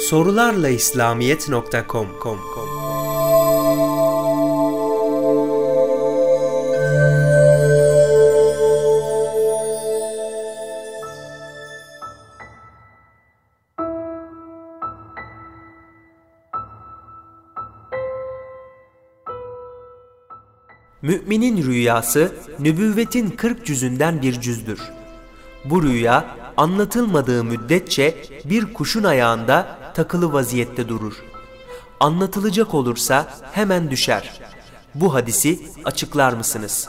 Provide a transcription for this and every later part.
sorularlaislamiyet.com Müminin rüyası, nübüvvetin 40 cüzünden bir cüzdür. Bu rüya, anlatılmadığı müddetçe bir kuşun ayağında takılı vaziyette durur. Anlatılacak olursa hemen düşer. Bu hadisi açıklar mısınız?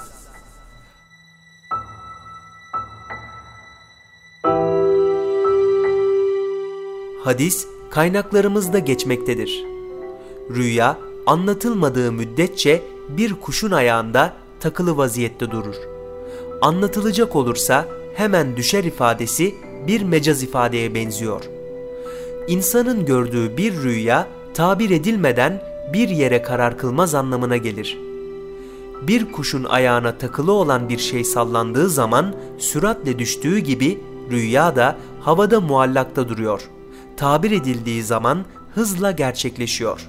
Hadis, kaynaklarımızda geçmektedir. Rüya, anlatılmadığı müddetçe bir kuşun ayağında takılı vaziyette durur. Anlatılacak olursa hemen düşer ifadesi bir mecaz ifadeye benziyor. İnsanın gördüğü bir rüya tabir edilmeden bir yere karar kılmaz anlamına gelir. Bir kuşun ayağına takılı olan bir şey sallandığı zaman süratle düştüğü gibi rüya da havada muallakta duruyor. Tabir edildiği zaman hızla gerçekleşiyor.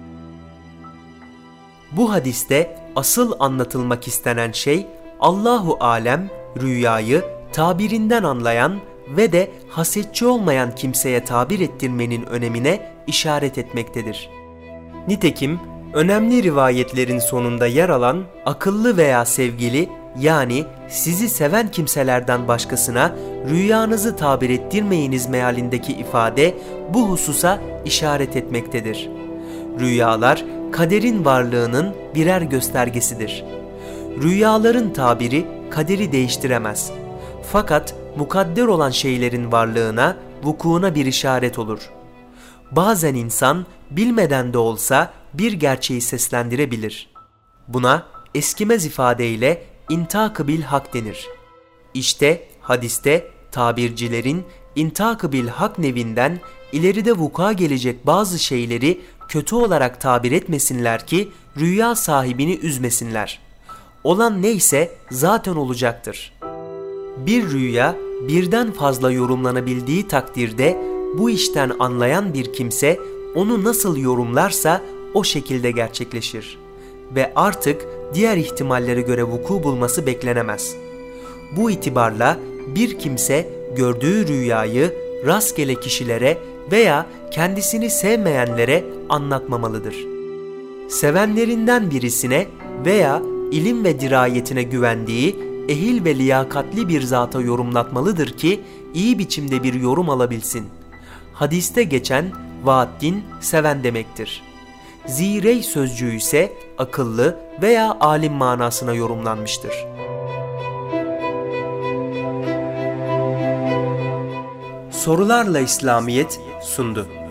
Bu hadiste asıl anlatılmak istenen şey Allahu alem rüyayı tabirinden anlayan ve de hasetçi olmayan kimseye tabir ettirmenin önemine işaret etmektedir. Nitekim önemli rivayetlerin sonunda yer alan akıllı veya sevgili yani sizi seven kimselerden başkasına rüyanızı tabir ettirmeyiniz mealindeki ifade bu hususa işaret etmektedir. Rüyalar kaderin varlığının birer göstergesidir. Rüyaların tabiri kaderi değiştiremez. Fakat mukadder olan şeylerin varlığına, vukuuna bir işaret olur. Bazen insan bilmeden de olsa bir gerçeği seslendirebilir. Buna eskimez ifadeyle intak-ı bil hak denir. İşte hadiste tabircilerin intak-ı bil hak nevinden ileride vuku'a gelecek bazı şeyleri kötü olarak tabir etmesinler ki rüya sahibini üzmesinler. Olan neyse zaten olacaktır. Bir rüya birden fazla yorumlanabildiği takdirde bu işten anlayan bir kimse onu nasıl yorumlarsa o şekilde gerçekleşir ve artık diğer ihtimallere göre vuku bulması beklenemez. Bu itibarla bir kimse gördüğü rüyayı rastgele kişilere veya kendisini sevmeyenlere anlatmamalıdır. Sevenlerinden birisine veya ilim ve dirayetine güvendiği ehil ve liyakatli bir zata yorumlatmalıdır ki iyi biçimde bir yorum alabilsin. Hadiste geçen vaaddin seven demektir. Zirey sözcüğü ise akıllı veya alim manasına yorumlanmıştır. Sorularla İslamiyet sundu.